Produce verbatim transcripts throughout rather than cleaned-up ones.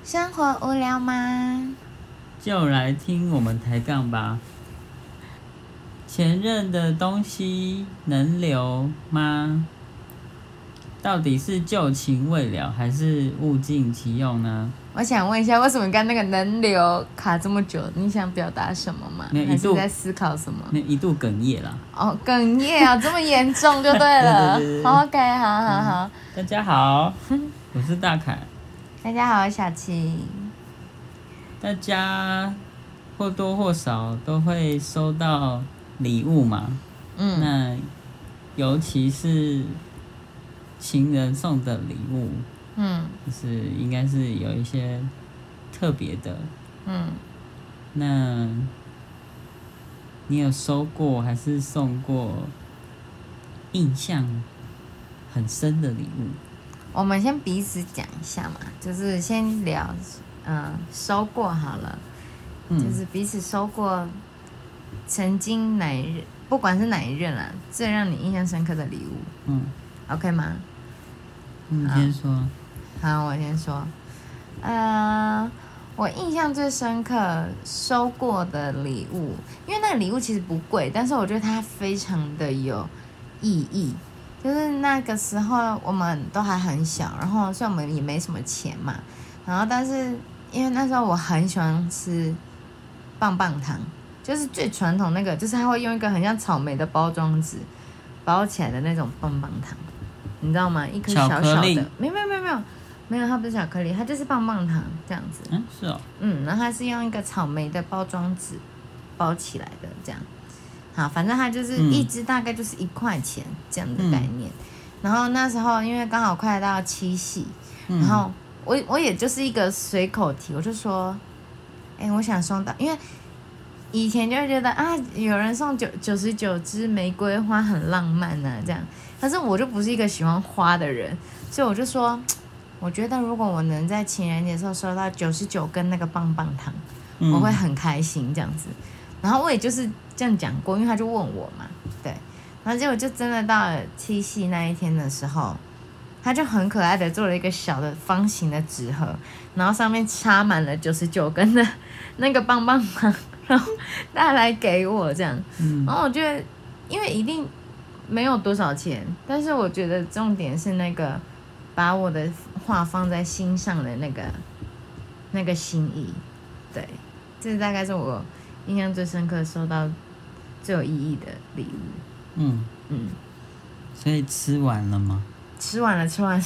生活无聊吗？ 就来听我们抬杠吧。前任的东西能留吗？到底是旧情未了，还是物尽其用呢？ 我想问一下，为什么刚那个能留卡这么久？你想表达什么吗？还是在思考什么？ 那一度哽咽啦。 哦，哽咽啊，这么严重就对了。 对对对对 OK， 好好好、嗯。 大家好，我是大凯。 大家好，我小七。 大家或多或少都会收到礼物嘛。嗯。那尤其是情人送的礼物，嗯，就是应该是有一些特别的，嗯。那你有收过还是送过印象很深的礼物？ 我们先彼此讲一下嘛，就是先聊，嗯、呃，收过好了，嗯，就是彼此收过曾经哪一任，不管是哪一任啊，最让你印象深刻的礼物，嗯 ，OK 吗？ 你先说。 好，我先说。呃，我印象最深刻收过的礼物，因为那个礼物其实不贵，但是我觉得它非常的有意义。就是那个时候我们都还很小，然后虽然我们也没什么钱嘛，然后但是因为那时候我很喜欢吃棒棒糖，就是最传统那个，就是他会用一个很像草莓的包装纸包起来的那种棒棒糖，你知道吗？一颗小小的，没有没有没有没有没有，它不是巧克力，它就是棒棒糖这样子。 嗯，是哦。 嗯，然后它是用一个草莓的包装纸包起来的这样。好，反正它就是一支大概就是一块钱这样的概念。嗯、然后那时候因为刚好快到七夕，嗯、然后我我也就是一个随口提，我就说，哎，我想送到，因为以前就会觉得啊，有人送九九十九支玫瑰花很浪漫啊这样，但是我就不是一个喜欢花的人，所以我就说，我觉得如果我能在情人节的时候收到九十九根那个棒棒糖，嗯、我会很开心这样子。然后我也就是这样讲过，因为他就问我嘛，对，然后结果就真的到了七夕那一天的时候，他就很可爱的做了一个小的方形的纸盒，然后上面插满了九十九根的那个棒棒糖，然后带来给我这样，嗯、然后我觉得因为一定没有多少钱，但是我觉得重点是那个把我的话放在心上的那个那个心意，对，这大概是我印象最深刻、收到最有意义的礼物。嗯嗯， 所以吃完了吗？ 吃完了，吃完了。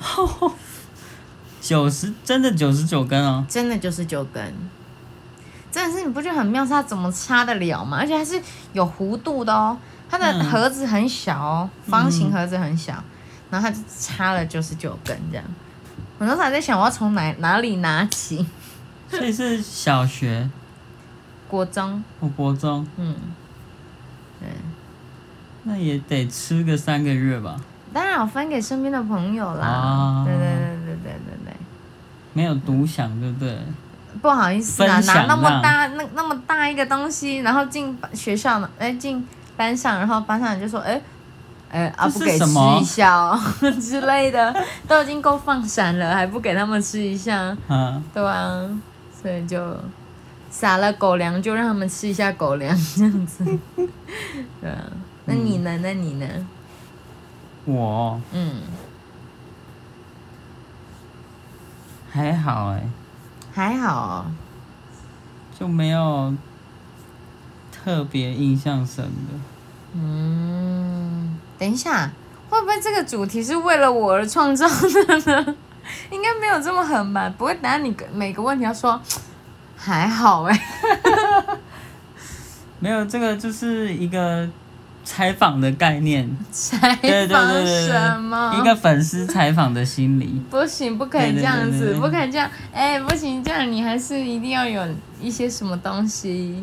九十真的九十九根哦， 真的九十九根，真的是你不觉得很妙？是它怎么插得了吗？而且还是有弧度的哦。它的盒子很小哦，嗯、方形盒子很小，然后它就插了九十九根这样。我那时候还在想，我要从哪哪里拿起？ 所以是小学。 国中， 我国中， 嗯，对， 那也得吃个三个月吧。 当然，我分给身边的朋友啦。啊、对对对对对对对， 没有独享，对不对？ 不好意思啊，拿那么大那那么大一个东西，然后进学校呢，哎，进班上，然后班上人就说，哎，哎啊，不给吃一下哦之类的，都已经够放闪了，还不给他们吃一下，嗯，对啊，所以就。撒了狗粮就让他们吃一下狗粮这样子，对啊。那你呢？嗯、那你呢？ 我嗯，还好哎、欸， 还好、哦， 就没有特别印象深的。 嗯，等一下，会不会这个主题是为了我而创造的呢？应该没有这么狠吧？不会，等下你每个问题要说。还好哎、欸， 没有，这个就是一个采访的概念。 采访什么？ 一个粉丝采访的心理。 不行，不可以这样子，对对对对不可以这样。哎、欸，不行，这样你还是一定要有一些什么东西。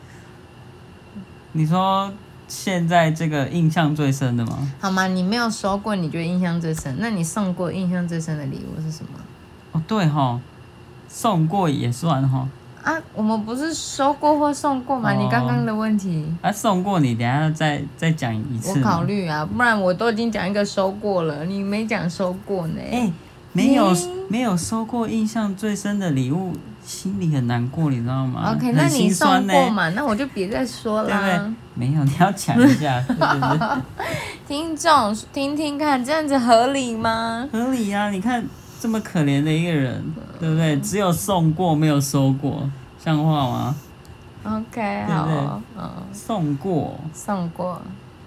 你说现在这个印象最深的吗？ 好吗？你没有收过，你觉得印象最深？那你送过印象最深的礼物是什么？ 哦，对齁，送过也算齁。 啊，我们不是收过或送过吗？哦、你刚刚的问题。 啊，送过你等一下再再讲一次。 我考虑啊，不然我都已经讲一个收过了，你没讲收过呢。 哎、欸， 没有没有收过印象最深的礼物，心里很难过，你知道吗 ？OK， 那你送过嘛？那我就别再说了。 对不对？没有，你要讲一下，是不是？ 听众听听看，这样子合理吗？ 合理啊！你看这么可怜的一个人，对不对？只有送过没有收过，像话吗 ？OK， 好、哦，嗯， 送过， 送过，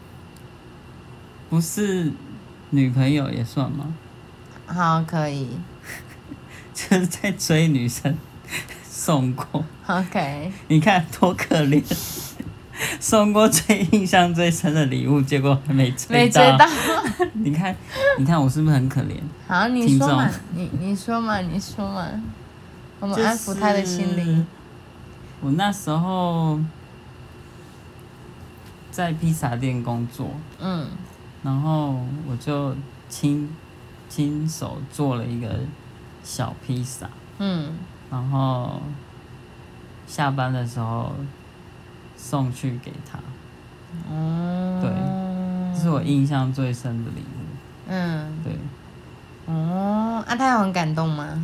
不是女朋友也算吗？ 好，可以， 就是在追女生送过。 OK， 你看多可怜。送过最印象最深的礼物，结果还没追到。 没追到。 你看，你看我是不是很可怜？ 好，你说嘛，你你说嘛，你说嘛，我们安抚他的心灵。就是、 我那时候在披萨店工作，嗯，然后我就亲亲手做了一个小披萨，嗯，然后下班的时候。送去给他，哦，对，这是我印象最深的礼物。嗯，对， 哦，啊，他有很感动吗？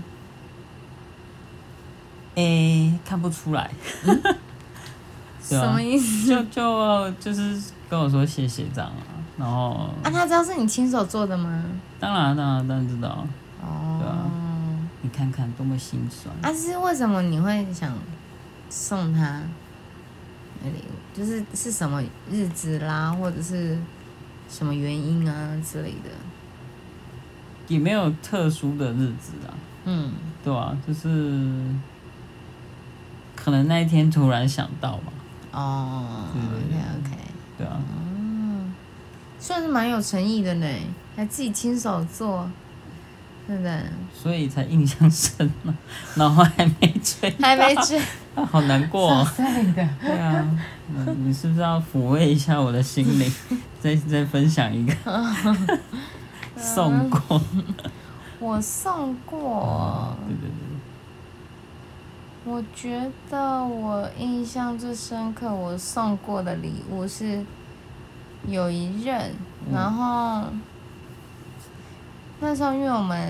诶、欸，看不出来。嗯对啊、什么意思？ 就就就是跟我说谢谢这样啊，然后啊，他知道是你亲手做的吗？ 当然，当然，当然知道。哦，对啊，你看看多么心酸。 啊，是为什么你会想送他？礼物就是是什么日子啦，或者是什么原因啊之类的， 也没有特殊的日子啊。嗯，对啊，就是可能那一天突然想到吧。哦，对对对 ，OK OK， 对啊， 嗯，算是蛮有诚意的呢，还自己亲手做，对不对？ 所以才印象深嘛，然后还没追， 还没追。 好难过哦。 的对啊，你是不是要抚慰一下我的心灵？再再分享一个，送过。 我送过。 对对对。 我觉得我印象最深刻，我送过的礼物是有一任，然后那时候因为我们，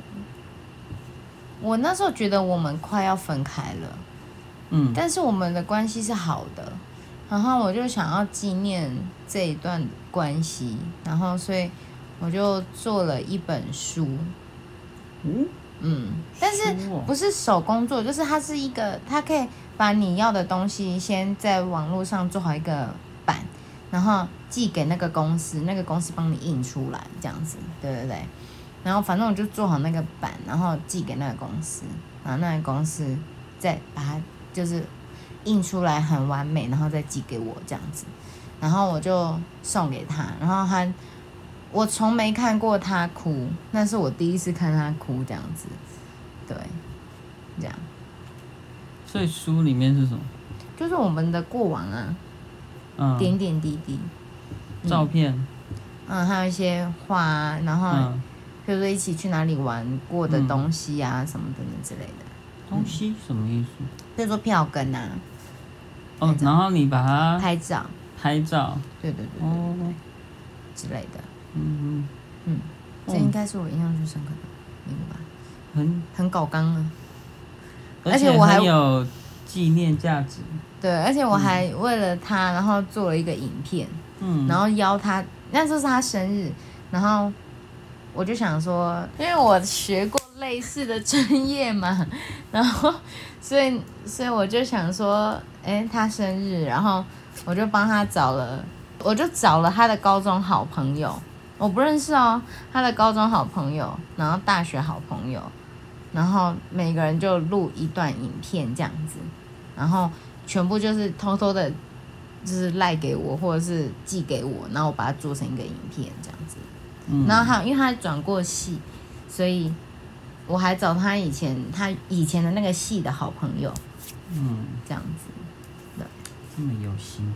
我那时候觉得我们快要分开了。嗯，但是我们的关系是好的，然后我就想要纪念这一段关系，然后所以我就做了一本书。嗯嗯，但是不是手工做，就是它是一个，它可以把你要的东西先在网络上做好一个版，然后寄给那个公司，那个公司帮你印出来，这样子，对对对。然后反正我就做好那个版，然后寄给那个公司，然后那个公司再把它。就是印出来很完美，然后再寄给我这样子，然后我就送给他，然后他，我从没看过他哭，那是我第一次看他哭这样子，对，这样。 所以书里面是什么？ 就是我们的过往啊，嗯，点点滴滴， 照片， 嗯，还有一些画啊，然后，嗯、比如说一起去哪里玩过的东西啊，嗯、什么等等之类的。 东西什么意思？ 比如说票根啊。 哦，然后你把它拍照。 拍照。 对对对对对对。哦、之类的。嗯嗯嗯，这应该是我印象最深刻的礼物吧。很很搞刚啊。 而且我还有纪念价值。 对，而且我还为了他，然后做了一个影片。嗯。然后邀他，那时候是他生日，然后我就想说，因为我学过。类似的专业嘛，然后所以所以我就想说，哎，他生日，然后我就帮他找了，我就找了他的高中好朋友，我不认识哦，他的高中好朋友，然后大学好朋友，然后每个人就录一段影片这样子，然后全部就是偷偷的，就是赖给我或者是寄给我，然后我把它做成一个影片这样子，嗯、然后还有因为他转过系，所以。我还找他以前他以前的那个系的好朋友，嗯，这样子，对， 这么有心，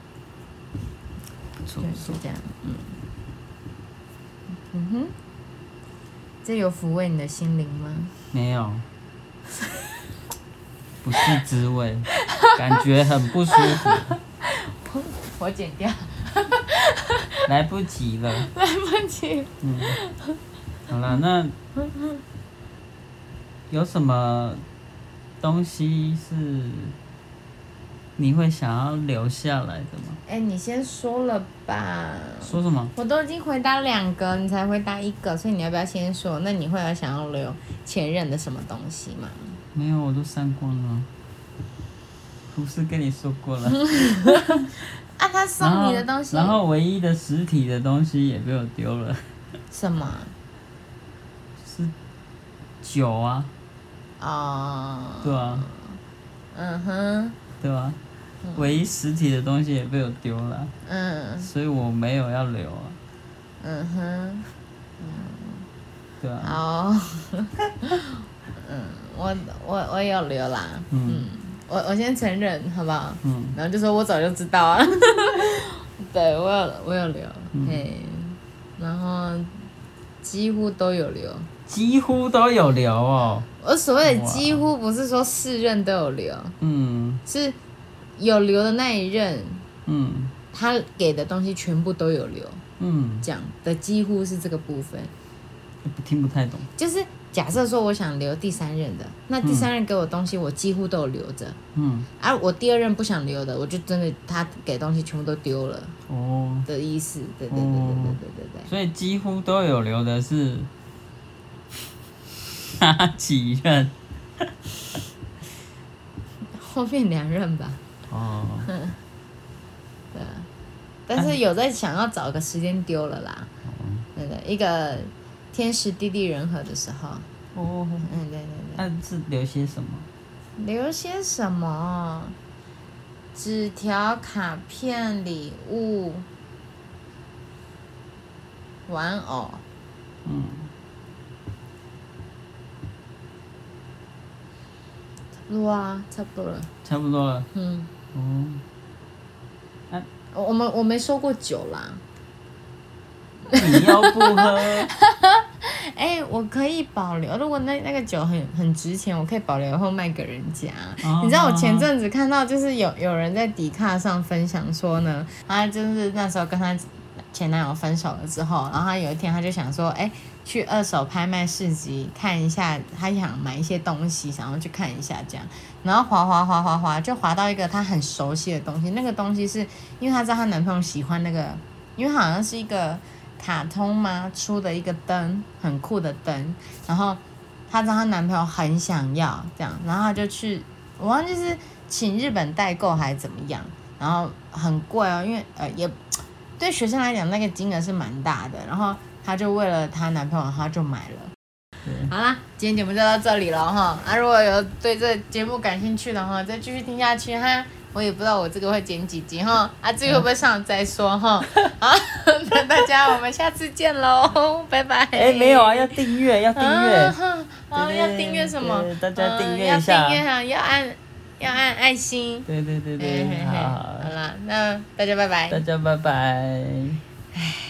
不错，就是这样，嗯，嗯哼，这有抚慰你的心灵吗？ 没有，不是滋味，感觉很不舒服。 我我剪掉， 来不及了， 来不及，嗯。 好啦，那有什么东西是你会想要留下来的吗？ 哎、欸，你先说了吧。 说什么？ 我都已经回答两个，你才回答一个，所以你要不要先说？那你会有想要留前任的什么东西吗？ 没有，我都删光了。不是跟你说过了？ 啊，他送你的东西。 然后，然后唯一的实体的东西也被我丢了。 什么？ 是酒啊。 哦。 对啊。 嗯哼。 对啊。唯一实体的东西也被我丢了。嗯。所以我没有要留啊。 嗯哼。嗯。 对啊。 好。嗯，我我我有留啦。嗯。嗯我我先承认，好不好？嗯。然后就说我早就知道啊。对，我有我有留，嘿、嗯，然后几乎都有留。 几乎都有留哦。 我所谓的几乎不是说四任都有留，嗯，是有留的那一任，嗯，他给的东西全部都有留，嗯，讲的几乎是这个部分。 听不太懂。 就是假设说我想留第三任的，那第三任给我东西我几乎都有留着，嗯，而、啊、我第二任不想留的，我就真的他给东西全部都丢了，哦的意思，对对对对对对对对。 所以几乎都有留的是哪几任？ 后面两任吧。哦。对，但是有在想要找个时间丢了啦，对对，一个。天时地利人和的时候，哦，嗯，对对对。 那是留些什么？ 留些什么？纸条、卡片、礼物、玩偶。嗯。差不多啊，差不多了。 差不多了。嗯。哦。 啊，我们我没收过酒啦。 你要不喝？ 哎、欸，我可以保留。如果那那个酒很很值钱，我可以保留后卖给人家。Oh, 你知道我前阵子看到，就是有有人在迪卡上分享说呢，他就是那时候跟他前男友分手了之后，然后他有一天他就想说，哎、欸，去二手拍卖市集看一下，他想买一些东西，想要去看一下这样。然后滑滑滑滑滑，就滑到一个他很熟悉的东西。那个东西是因为他知道他男朋友喜欢那个，因为好像是一个。卡通吗出的一个灯，很酷的灯，然后她知道她男朋友很想要这样，然后她就去，我忘记是请日本代购还是怎么样，然后很贵哦，因为呃也对学生来讲那个金额是蛮大的，然后她就为了她男朋友，她就买了。好啦，今天节目就到这里了哈，啊如果有对这节目感兴趣的话，再继续听下去哈。我也不知道我这个会剪几集哈，啊，至于会不会上再说哈。好，那大家我们下次见喽，拜拜。 哎、欸，没有啊，要订阅，要订阅。 啊，要订阅什么？ 大家订阅一下。 要订阅哈，要按要按爱心。 对对对对，好好。 好啦，那大家拜拜。 大家拜拜。唉。